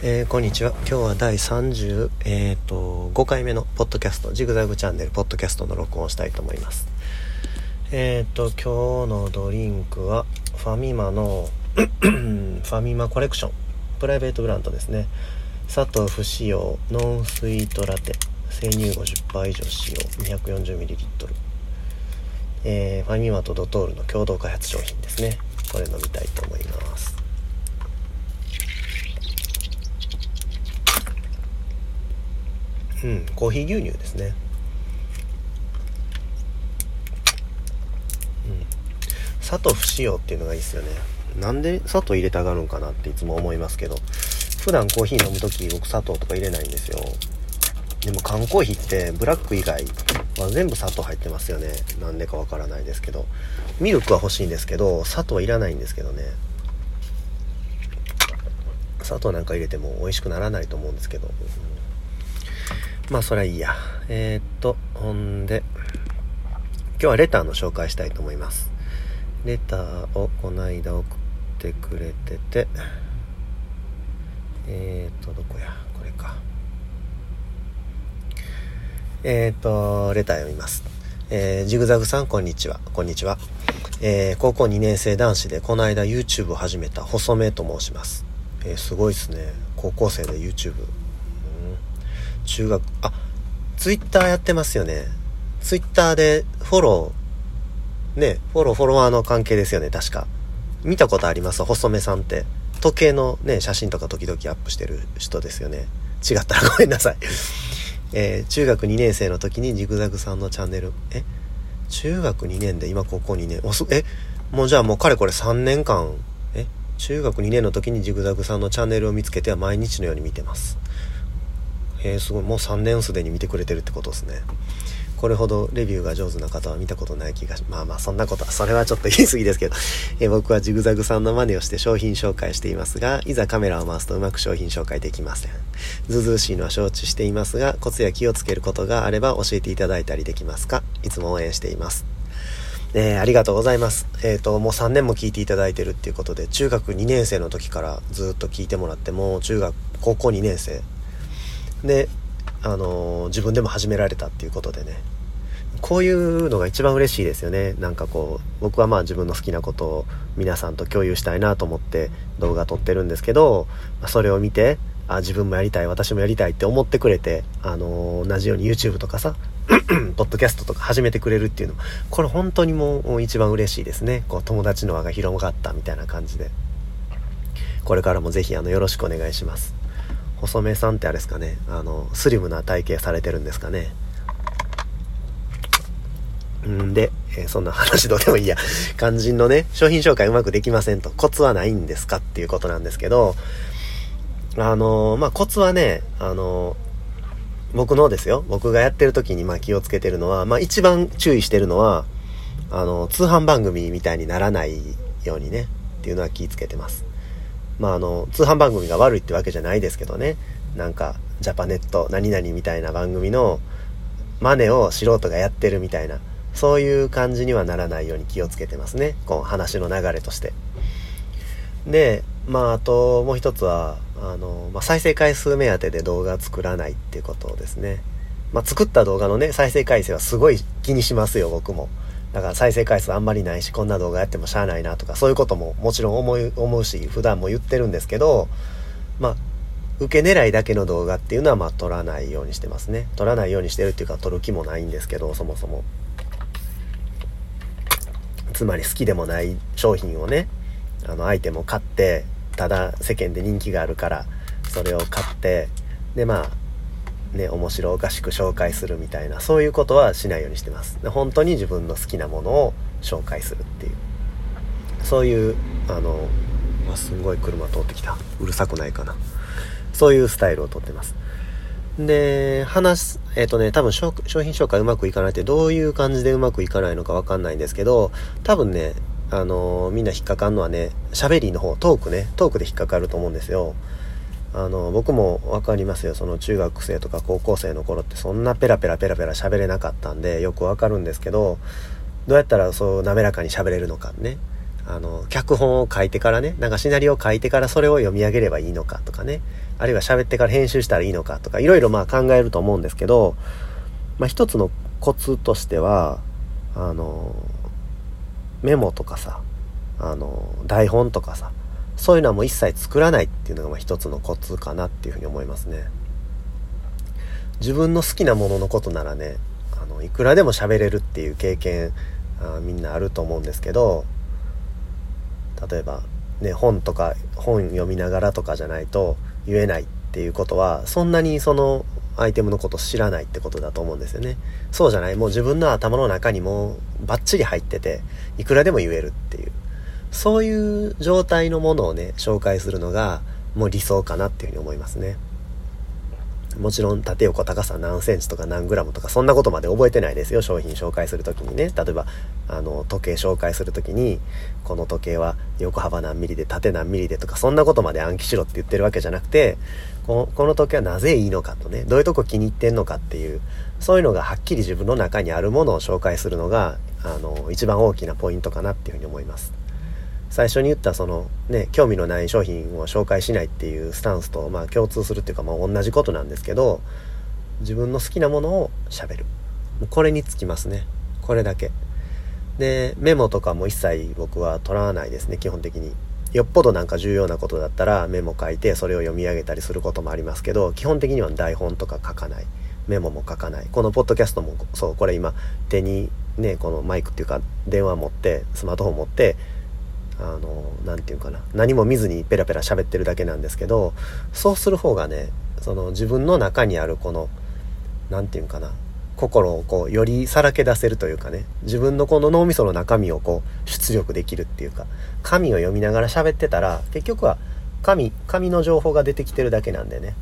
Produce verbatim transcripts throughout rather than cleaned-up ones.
えー、こんにちは。今日はだいさんじゅう、えー、とごかいめのポッドキャストジグザグチャンネルポッドキャストの録音をしたいと思います。えーと今日のドリンクはファミマのファミマコレクションプライベートブランドですね。砂糖不使用ノンスイートラテ生乳 ごじゅっパーセント 以上使用 にひゃくよんじゅうミリリットル、えー、ファミマとドトールの共同開発商品ですね。これ飲みたいと思います。うん、コーヒー牛乳ですね。うん、砂糖不使用っていうのがいいですよね。なんで砂糖入れたがるんかなっていつも思いますけど、普段コーヒー飲むとき僕砂糖とか入れないんですよ。でも缶コーヒーってブラック以外は全部砂糖入ってますよね。なんでかわからないですけど、ミルクは欲しいんですけど砂糖はいらないんですけどね。砂糖なんか入れても美味しくならないと思うんですけど、うん、まあそれはいいや。えー、っとほんで今日はレターの紹介したいと思います。レターをこの間送ってくれてて、えー、っとどこやこれか。えー、っとレター読みます。えー、ジグザグさんこんにちは。こんにちは。えー、高校にねん生男子でこの間 YouTube を始めた細めと申します。えー、すごいですね。高校生で YouTube、中学、あ、ツイッターやってますよね。ツイッターでフォローね、フォローフォロワーの関係ですよね。確か見たことあります。細めさんって時計のね写真とか時々アップしてる人ですよね。違ったらごめんなさい。えー、中学にねん生の時にジグザグさんのチャンネル、え中学にねんで今高校にねん、おすえもうじゃあもうかれこれさんねんかん、え中学にねんの時にジグザグさんのチャンネルを見つけては毎日のように見てます。へえ、すごい。もうさんねんすでに見てくれてるってことですね。これほどレビューが上手な方は見たことない気がし、まあまあそんなことは、それはちょっと言い過ぎですけど、え僕はジグザグさんの真似をして商品紹介していますが、いざカメラを回すとうまく商品紹介できません。ずうずうしいのは承知していますが、コツや気をつけることがあれば教えていただいたりできますか。いつも応援しています。えー、ありがとうございます。えっともうさんねんも聞いていただいてるっていうことで、中学にねん生の時からずっと聞いてもらって、もう中学高校にねん生で、あのー、自分でも始められたっていうことでね、こういうのが一番嬉しいですよね。なんかこう僕はまあ自分の好きなことを皆さんと共有したいなと思って動画撮ってるんですけど、それを見て、あ自分もやりたい、私もやりたいって思ってくれて、あのー、同じように YouTube とかさポッドキャストとか始めてくれるっていうの、これ本当にもう一番嬉しいですね。こう友達の輪が広がったみたいな感じで、これからもぜひあのよろしくお願いします。細めさんってあれですかね、あのスリムな体型されてるんですかね。んで、えー、そんな話どうでもいいや。肝心のね、商品紹介うまくできませんと、コツはないんですかっていうことなんですけど、あのー、まあコツはね、あのー、僕のですよ、僕がやってる時にまあ気をつけてるのは、まあ一番注意してるのは、あのー、通販番組みたいにならないようにねっていうのは気をつけてます。まああの通販番組が悪いってわけじゃないですけどね、なんかジャパネット何々みたいな番組の真似を素人がやってるみたいな、そういう感じにはならないように気をつけてますね、この話の流れとして。でまああともう一つはあの、まあ、再生回数目当てで動画作らないっていうことですね。まあ作った動画のね再生回数はすごい気にしますよ、僕も。だから再生回数あんまりないし、こんな動画やってもしゃあないなとか、そういうことももちろん思い思うし、普段も言ってるんですけど、まあ受け狙いだけの動画っていうのはまあ撮らないようにしてますね。撮らないようにしてるっていうか、撮る気もないんですけど、そもそもつまり好きでもない商品をね、あのアイテムを買って、ただ世間で人気があるからそれを買って、でまあね、面白おかしく紹介するみたいな、そういうことはしないようにしてます。本当に自分の好きなものを紹介するっていう、そういうあのあすんごい車通ってきた、うるさくないかな、そういうスタイルをとってます。で話すえっ、ー、とね多分商品紹介うまくいかないって、どういう感じでうまくいかないのかわかんないんですけど、多分ねあのー、みんな引っかかるのはね、喋りの方、トークね、トークで引っかかると思うんですよ。あの僕も分かりますよ。その中学生とか高校生の頃ってそんなペラペラペラペラ喋れなかったんでよく分かるんですけど、どうやったらそう滑らかに喋れるのかね、 あの脚本を書いてからね、なんかシナリオを書いてからそれを読み上げればいいのかとかね、あるいは喋ってから編集したらいいのかとか、いろいろまあ考えると思うんですけど、まあ一つのコツとしては、あのメモとかさ、あの台本とかさ、そういうのはもう一切作らないっていうのがまあ一つのコツかなっていうふうに思いますね。自分の好きなもののことならね、あのいくらでも喋れるっていう経験、あみんなあると思うんですけど、例えばね、本とか本読みながらとかじゃないと言えないっていうことは、そんなにそのアイテムのことを知らないってことだと思うんですよね。そうじゃない、もう自分の頭の中にもバッチリ入ってて、いくらでも言えるっていう、そういう状態のものをね紹介するのがもう理想かなっていうふうに思いますね。もちろん縦横高さ何センチとか何グラムとかそんなことまで覚えてないですよ。商品紹介するときにね、例えばあの時計紹介するときに、この時計は横幅何ミリで縦何ミリでとか、そんなことまで暗記しろって言ってるわけじゃなくて、この、この時計はなぜいいのかとね、どういうとこ気に入ってんのかっていう、そういうのがはっきり自分の中にあるものを紹介するのがあの一番大きなポイントかなっていうふうに思います。最初に言ったそのね、興味のない商品を紹介しないっていうスタンスとまあ共通するっていうか、まあ同じことなんですけど、自分の好きなものを喋る、もうこれにつきますね。これだけで、メモとかも一切僕は取らないですね。基本的によっぽどなんか重要なことだったらメモ書いてそれを読み上げたりすることもありますけど、基本的には台本とか書かない、メモも書かない。このポッドキャストもそう、これ今手にね、このマイクっていうか電話持って、スマートフォン持って、あのなんていうかな、何も見ずにペラペラ喋ってるだけなんですけど、そうする方がね、その自分の中にあるこのなんていうかな、心をこうよりさらけ出せるというかね、自分のこの脳みその中身をこう出力できるっていうか、紙を読みながら喋ってたら結局は紙紙の情報が出てきてるだけなんでね。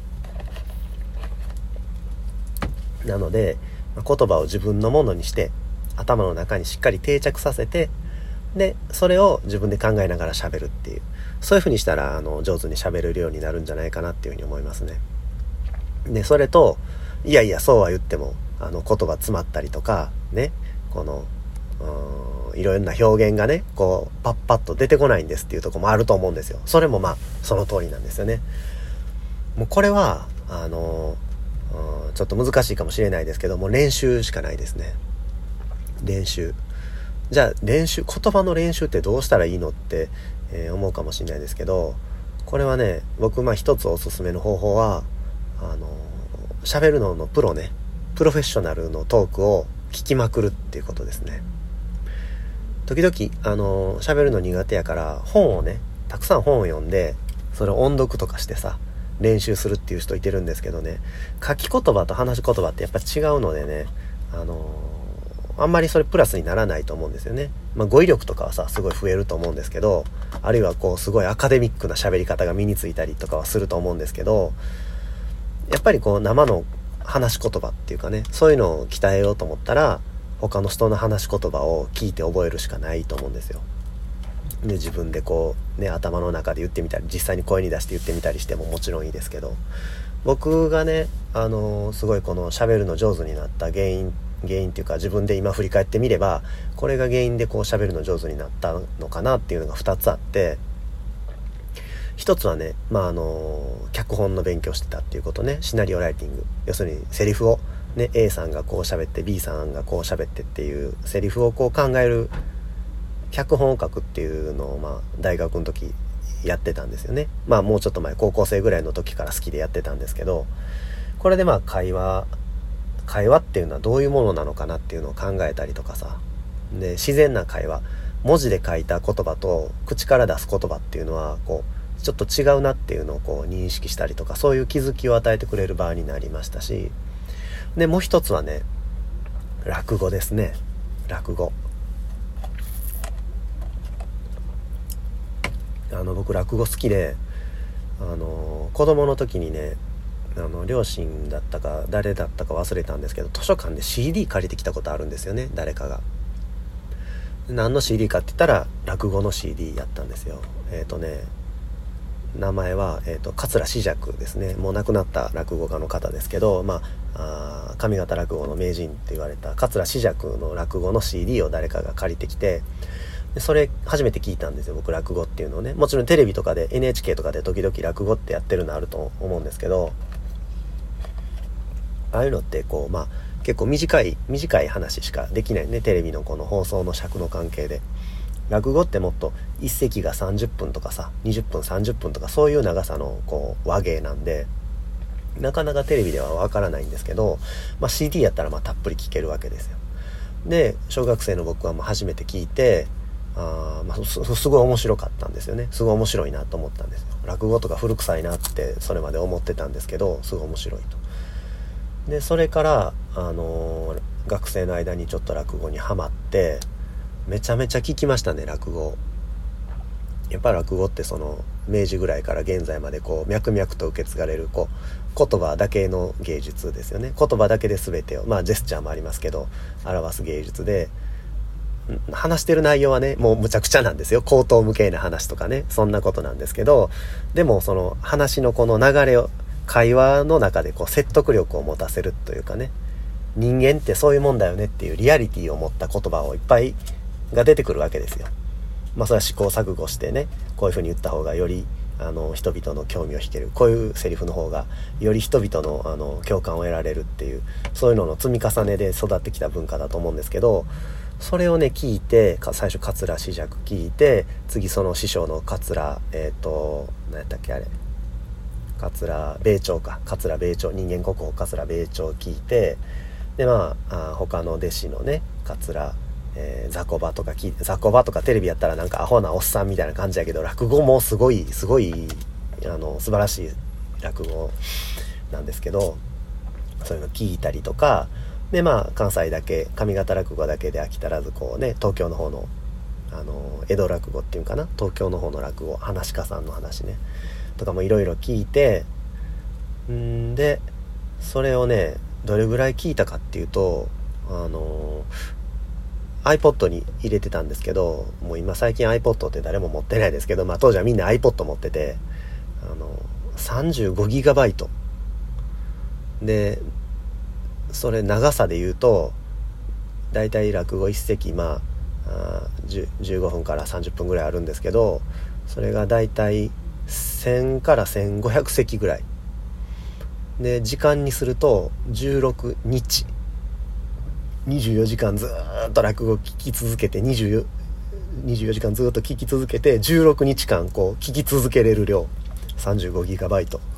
なので言葉を自分のものにして頭の中にしっかり定着させて、でそれを自分で考えながら喋るっていう、そういう風にしたらあの上手に喋れるようになるんじゃないかなっていう風に思いますね。でそれと、いやいやそうは言ってもあの言葉詰まったりとかね、このうーんいろんな表現がねこうパッパッと出てこないんですっていうところもあると思うんですよ。それもまあその通りなんですよね。もうこれはあのうんちょっと難しいかもしれないですけども、練習しかないですね。練習。じゃあ練習、言葉の練習ってどうしたらいいのって、えー、思うかもしれないですけど、これはね、僕まあ一つおすすめの方法は、あの喋るののプロね、プロフェッショナルのトークを聞きまくるっていうことですね。時々あの喋るの苦手やから本をね、たくさん本を読んでそれを音読とかしてさ練習するっていう人いてるんですけどね、書き言葉と話し言葉ってやっぱ違うのでね、あのあんまりそれプラスにならないと思うんですよね。まあ語彙力とかはさすごい増えると思うんですけど、あるいはこうすごいアカデミックな喋り方が身についたりとかはすると思うんですけど、やっぱりこう生の話し言葉っていうかね、そういうのを鍛えようと思ったら他の人の話し言葉を聞いて覚えるしかないと思うんですよ。で自分でこうね頭の中で言ってみたり、実際に声に出して言ってみたりしてももちろんいいですけど、僕がねあのー、すごいこの喋るの上手になった原因原因っていうか、自分で今振り返ってみればこれが原因でこう喋るの上手になったのかなっていうのがふたつあって、一つはね、まああの脚本の勉強してたっていうことね。シナリオライティング、要するにセリフをね A さんがこう喋って B さんがこう喋ってっていうセリフをこう考える脚本を書くっていうのをまあ大学の時やってたんですよね。まあもうちょっと前、高校生ぐらいの時から好きでやってたんですけど、これでまあ会話会話っていうのはどういうものなのかなっていうのを考えたりとかさ、で自然な会話、文字で書いた言葉と口から出す言葉っていうのはこうちょっと違うなっていうのをこう認識したりとか、そういう気づきを与えてくれる場になりましたし、でもう一つはね、落語ですね。落語、あの僕落語好きで、あの子供の時にね、あの両親だったか誰だったか忘れたんですけど、図書館で シーディー 借りてきたことあるんですよね、誰かが。何の シーディー かって言ったら落語の シーディー やったんですよ。えっとね名前は、えーと、桂枝雀ですね。もう亡くなった落語家の方ですけど、まあ、あ上方落語の名人って言われた桂枝雀の落語の シーディー を誰かが借りてきて、 それ初めて聞いたんですよ、僕落語っていうのをね。もちろんテレビとかで エヌエイチケー とかで時々落語ってやってるのあると思うんですけど、ああいうのってこうまあ結構短い短い話しかできないね、テレビのこの放送の尺の関係で。落語ってもっと一席がさんじゅっぷんとかさ、にじゅっぷんさんじゅっぷんとかそういう長さのこう話芸なんで、なかなかテレビではわからないんですけど、まあ、シーディー やったらまあたっぷり聞けるわけですよ。で小学生の僕はもう初めて聞いて、あ、まあ、す, すごい面白かったんですよね。すごい面白いなと思ったんですよ。落語とか古臭いなってそれまで思ってたんですけど、すごい面白いと。でそれから、あのー、学生の間にちょっと落語にハマって、めちゃめちゃ聞きましたね、落語。やっぱり落語ってその明治ぐらいから現在までこう脈々と受け継がれるこう言葉だけの芸術ですよね。言葉だけで全てを、まあジェスチャーもありますけど表す芸術で、話してる内容はねもうむちゃくちゃなんですよ。口頭無形な話とかね、そんなことなんですけど、でもその話のこの流れを会話の中でこう説得力を持たせるというかね、人間ってそういうもんだよねっていうリアリティを持った言葉をいっぱいが出てくるわけですよ。まあそれは試行錯誤してね、こういう風に言った方がよりあの人々の興味を引ける、こういうセリフの方がより人々のあの共感を得られるっていう、そういうのの積み重ねで育ってきた文化だと思うんですけど、それをね聞いて、最初桂枝雀聞いて、次その師匠の桂えっ、ー、と何やったっけあれ桂米朝か桂米朝人間国宝桂米朝聞いて、でまあ、あ他の弟子のね桂えー、雑魚場とか聞いて、雑魚場とかテレビやったらなんかアホなおっさんみたいな感じやけど、落語もすごいすごいあの素晴らしい落語なんですけど、そういうの聞いたりとかで、まあ関西だけ上方落語だけで飽き足らずこうね、東京の方のあの江戸落語っていうかな、東京の方の落語、噺家さんの話ねとかもいろいろ聞いて、んでそれをねどれぐらい聞いたかっていうと、あの iPod に入れてたんですけど、もう今最近 iPod って誰も持ってないですけど、まあ当時はみんな iPod 持ってて、あの さんじゅうごギガバイト で、それ長さで言うとだいたい落語一席、まあ、あじゅうごふんからさんじゅっぷんぐらいあるんですけど、それがだいたいせんからせんごひゃく席ぐらいで、時間にするとじゅうろくにちにじゅうよじかんずーっと落語聞き続けて、にじゅうよ、にじゅうよじかんずーっと聞き続けて、じゅうろくにちかんこう聞き続けれる量 さんじゅうごギガバイト、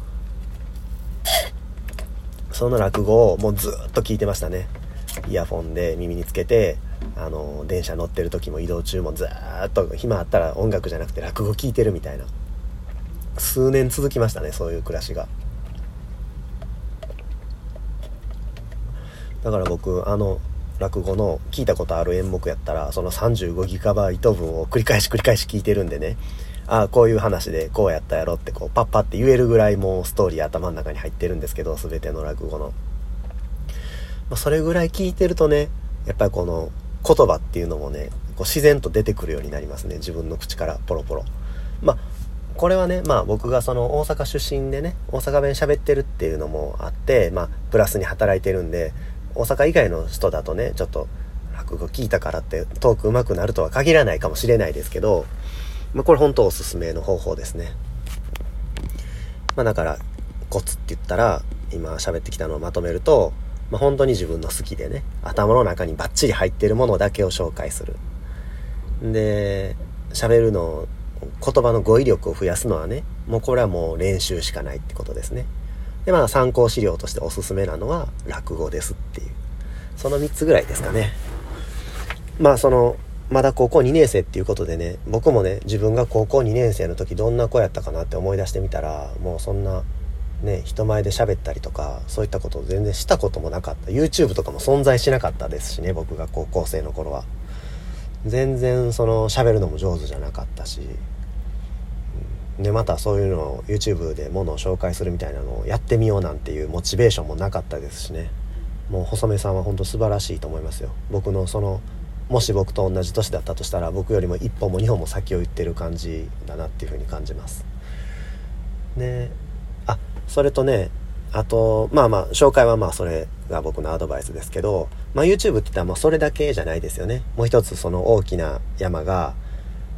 その落語をもうずーっと聞いてましたね。イヤフォンで耳につけて、あの電車乗ってる時も移動中もずーっと暇あったら音楽じゃなくて落語聞いてるみたいな、数年続きましたね、そういう暮らしが。だから僕あの落語の聞いたことある演目やったら、そのさんじゅうごギガバイト分を繰り返し繰り返し聞いてるんでね、ああこういう話でこうやったやろってこうパッパって言えるぐらいもうストーリー頭の中に入ってるんですけど、全ての落語の、まあ、それぐらい聞いてるとね、やっぱりこの言葉っていうのもねこう自然と出てくるようになりますね、自分の口からポロポロ。まあこれはね、まあ僕がその大阪出身でね大阪弁喋ってるっていうのもあって、まあプラスに働いてるんで、大阪以外の人だとねちょっと落語聞いたからってトーク上手くなるとは限らないかもしれないですけど、まあ、これ本当おすすめの方法ですね。まあだからコツって言ったら今喋ってきたのをまとめると、まあ、本当に自分の好きでね頭の中にバッチリ入ってるものだけを紹介する。で喋るの言葉の語彙力を増やすのはね、もうこれはもう練習しかないってことですね。でまあ参考資料としておすすめなのは落語ですっていう、そのみっつぐらいですかね。まあそのまだ高校にねん生っていうことでね、僕もね自分が高校にねん生の時どんな子やったかなって思い出してみたら、もうそんなね人前で喋ったりとかそういったことを全然したこともなかった。 YouTube とかも存在しなかったですしね、僕が高校生の頃は全然その喋るのも上手じゃなかったし、でまたそういうのを YouTube でものを紹介するみたいなのをやってみようなんていうモチベーションもなかったですしね。もう細目さんは本当素晴らしいと思いますよ。僕のそのもし僕と同じ年だったとしたら僕よりも一歩も二歩も先を言ってる感じだなっていう風に感じますね。あ、それとね、あとまあまあ紹介はまあそれが僕のアドバイスですけど、まあ YouTube って言ったらもうそれだけじゃないですよね。もう一つその大きな山が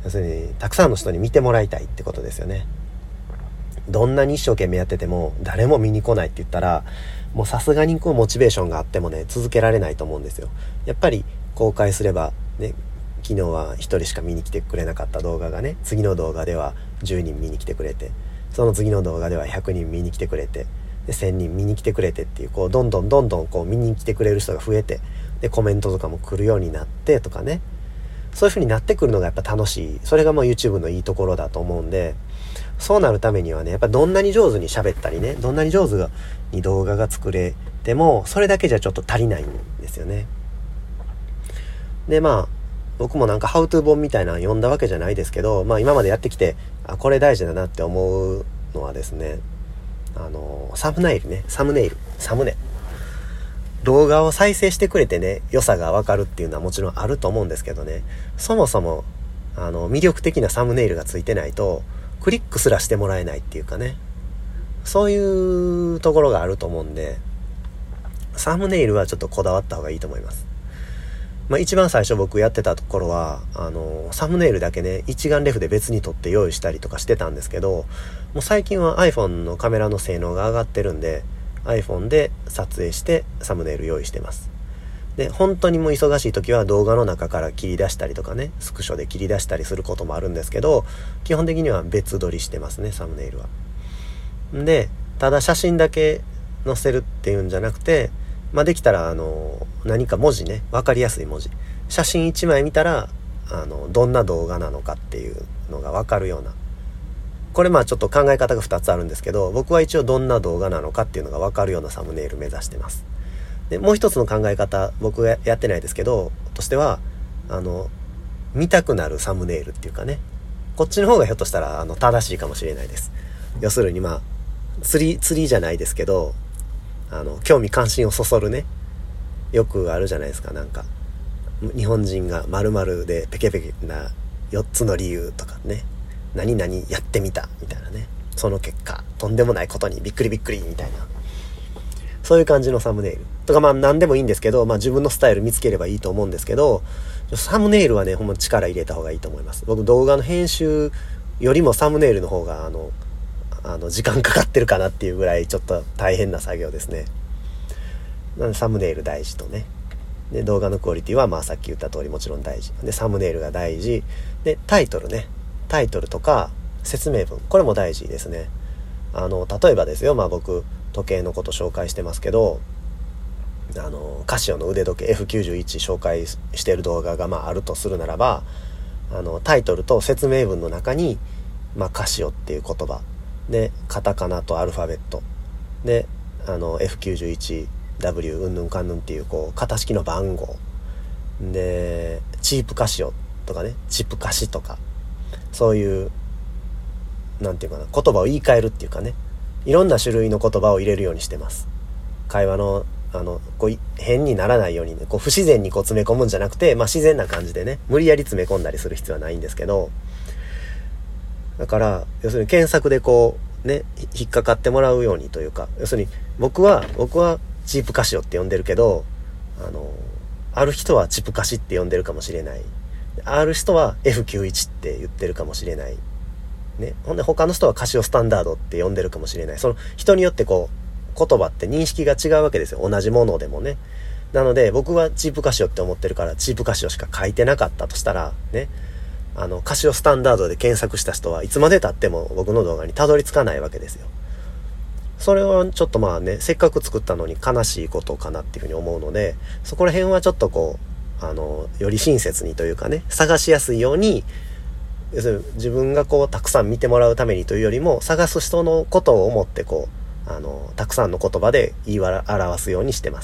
要するにたくさんの人に見てもらいたいってことですよね。どんなに一生懸命やってても誰も見に来ないって言ったら、もうさすがにこうモチベーションがあってもね続けられないと思うんですよ。やっぱり公開すればね、昨日はひとりしか見に来てくれなかった動画がね、次の動画ではじゅうにん見に来てくれて、その次の動画ではひゃくにん見に来てくれて、でせんにん見に来てくれてっていう、こうどんどんどんどんこう見に来てくれる人が増えて、でコメントとかも来るようになってとかね、そういう風になってくるのがやっぱ楽しい。それがもう YouTube のいいところだと思うんで、そうなるためにはね、やっぱどんなに上手に喋ったりね、どんなに上手に動画が作れてもそれだけじゃちょっと足りないんですよね。でまあ僕もなんかハウトゥー本みたいなの読んだわけじゃないですけど、まあ今までやってきて、あ、これ大事だなって思うのはですね、あのサムネイルね、サムネイル、サムネ。動画を再生してくれてね、良さがわかるっていうのはもちろんあると思うんですけどね、そもそもあの魅力的なサムネイルがついてないとクリックすらしてもらえないっていうかね、そういうところがあると思うんで、サムネイルはちょっとこだわった方がいいと思います。まあ、一番最初僕やってたところはあのサムネイルだけね一眼レフで別に撮って用意したりとかしてたんですけど、もう最近は iPhone のカメラの性能が上がってるんで iPhone で撮影してサムネイル用意してます。で本当にもう忙しい時は動画の中から切り出したりとかね、スクショで切り出したりすることもあるんですけど、基本的には別撮りしてますね、サムネイルは。でただ写真だけ載せるっていうんじゃなくて、まあ、できたらあの何か文字ね、分かりやすい文字、写真いちまい見たらあのどんな動画なのかっていうのが分かるような、これまあちょっと考え方がふたつあるんですけど、僕は一応どんな動画なのかっていうのが分かるようなサムネイル目指してます。でもう一つの考え方、僕がやってないですけどとしては、あの見たくなるサムネイルっていうかね、こっちの方がひょっとしたらあの正しいかもしれないです。要するにまあ釣り釣りじゃないですけど、あの興味関心をそそるね、よくあるじゃないですか、なんか日本人が〇〇でペケペケなよっつの理由とかね、何々やってみたみたいなね、その結果とんでもないことにびっくりびっくりみたいな、そういう感じのサムネイルとか、まあ何でもいいんですけど、まあ自分のスタイル見つければいいと思うんですけど、サムネイルはねほんま力入れた方がいいと思います。僕動画の編集よりもサムネイルの方があのあの時間かかってるかなっていうぐらいちょっと大変な作業ですね。なのでサムネイル大事とね、で動画のクオリティはまあさっき言った通りもちろん大事で、サムネイルが大事で、タイトルね、タイトルとか説明文、これも大事ですね。あの例えばですよ、まあ僕時計のこと紹介してますけど、あのカシオの腕時計 エフきゅうじゅういち 紹介してる動画がまああるとするならば、あのタイトルと説明文の中に、まあ、カシオっていう言葉でカタカナとアルファベットであの エフきゅうじゅういちダブリュー うんぬんかんぬんっていうこう型式の番号で、チープカシオとかね、チップカシとか、そういうなんていうかな、言葉を言い換えるっていうかね、いろんな種類の言葉を入れるようにしてます。会話のあのこう変にならないようにね、こう不自然にこう詰め込むんじゃなくて、まあ、自然な感じでね、無理やり詰め込んだりする必要はないんですけど、だから要するに検索でこうね引っかかってもらうようにというか、要するに僕は僕はチープカシオって呼んでるけど、あのある人はチップカシって呼んでるかもしれない、ある人は エフきゅうじゅういち って言ってるかもしれないね、ほんで他の人はカシオスタンダードって呼んでるかもしれない。その人によってこう言葉って認識が違うわけですよ、同じものでもね。なので僕はチープカシオって思ってるからチープカシオしか書いてなかったとしたらね、あのカシオスタンダードで検索した人はいつまで経っても僕の動画にたどり着かないわけですよ。それはちょっとまあね、せっかく作ったのに悲しいことかなっていうふうに思うので、そこら辺はちょっとこうあのより親切にというかね、探しやすいように、要するに自分がこうたくさん見てもらうためにというよりも、探す人のことを思ってこうあのたくさんの言葉で言い表すようにしてます。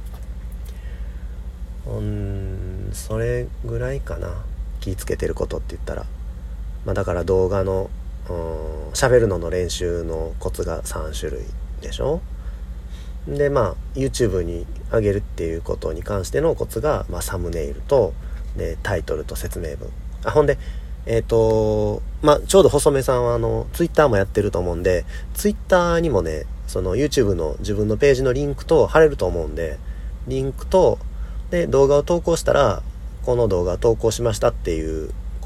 うーんそれぐらいかな、気ぃつけてることって言ったら、まあ、だから動画の喋るのの練習のコツがさん種類でしょ。でまあ YouTube に上げるっていうことに関してのコツが、まあ、サムネイルとでタイトルと説明文、あほんでえっ、ー、とまあちょうど細目さんはあの Twitter もやってると思うんで、 Twitter にもねその YouTube の自分のページのリンクと貼れると思うんで、リンクとで動画を投稿したらこの動画投稿しましたっていうこ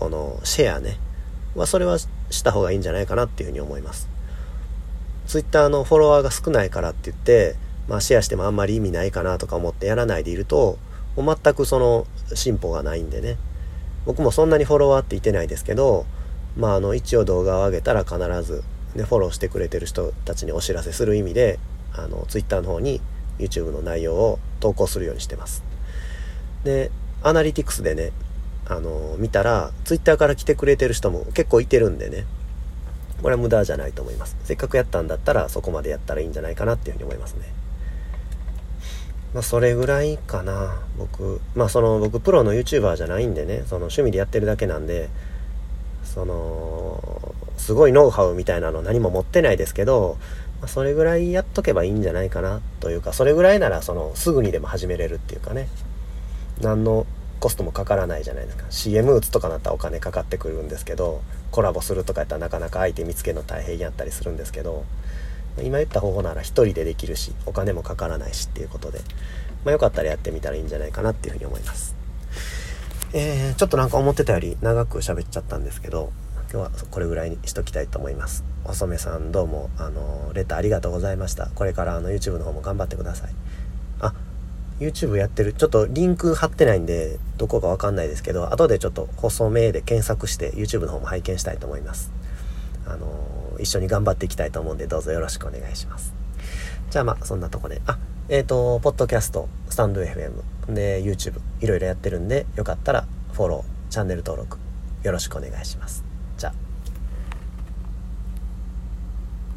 このシェアね、まあ、それはした方がいいんじゃないかなっていうふうに思います。ツイッターのフォロワーが少ないからって言って、まあ、シェアしてもあんまり意味ないかなとか思ってやらないでいると、もう全くその進歩がないんでね。僕もそんなにフォロワーっていてないですけど、まあ、あの一応動画を上げたら必ず、ね、フォローしてくれてる人たちにお知らせする意味で、あのツイッターの方に YouTube の内容を投稿するようにしてます。でアナリティクスでね、あの見たらツイッターから来てくれてる人も結構いてるんでね、これは無駄じゃないと思います。せっかくやったんだったらそこまでやったらいいんじゃないかなっていうふうに思いますね。まあそれぐらいかな。僕まあその僕プロの YouTuber じゃないんでね、その趣味でやってるだけなんで、そのすごいノウハウみたいなの何も持ってないですけど、まあ、それぐらいやっとけばいいんじゃないかなというか、それぐらいならそのすぐにでも始めれるっていうかね、何のコストもかからないじゃないですか。 シーエム 打つとかなったらお金かかってくるんですけど、コラボするとかやったらなかなか相手見つけるの大変やったりするんですけど、今言った方法なら一人でできるしお金もかからないしっていうことで、まあ、よかったらやってみたらいいんじゃないかなっていうふうに思います。えー、ちょっとなんか思ってたより長く喋っちゃったんですけど、今日はこれぐらいにしときたいと思います。細めさんどうもあのレターありがとうございました。これからあの YouTube の方も頑張ってください。あ、YouTube やってる、ちょっとリンク貼ってないんでどこかわかんないですけど、後でちょっと細めで検索して YouTube の方も拝見したいと思います。あの一緒に頑張っていきたいと思うんで、どうぞよろしくお願いします。じゃあまあそんなとこで、あ、えっとポッドキャスト、スタンド エフエム で YouTube いろいろやってるんで、よかったらフォロー、チャンネル登録よろしくお願いします。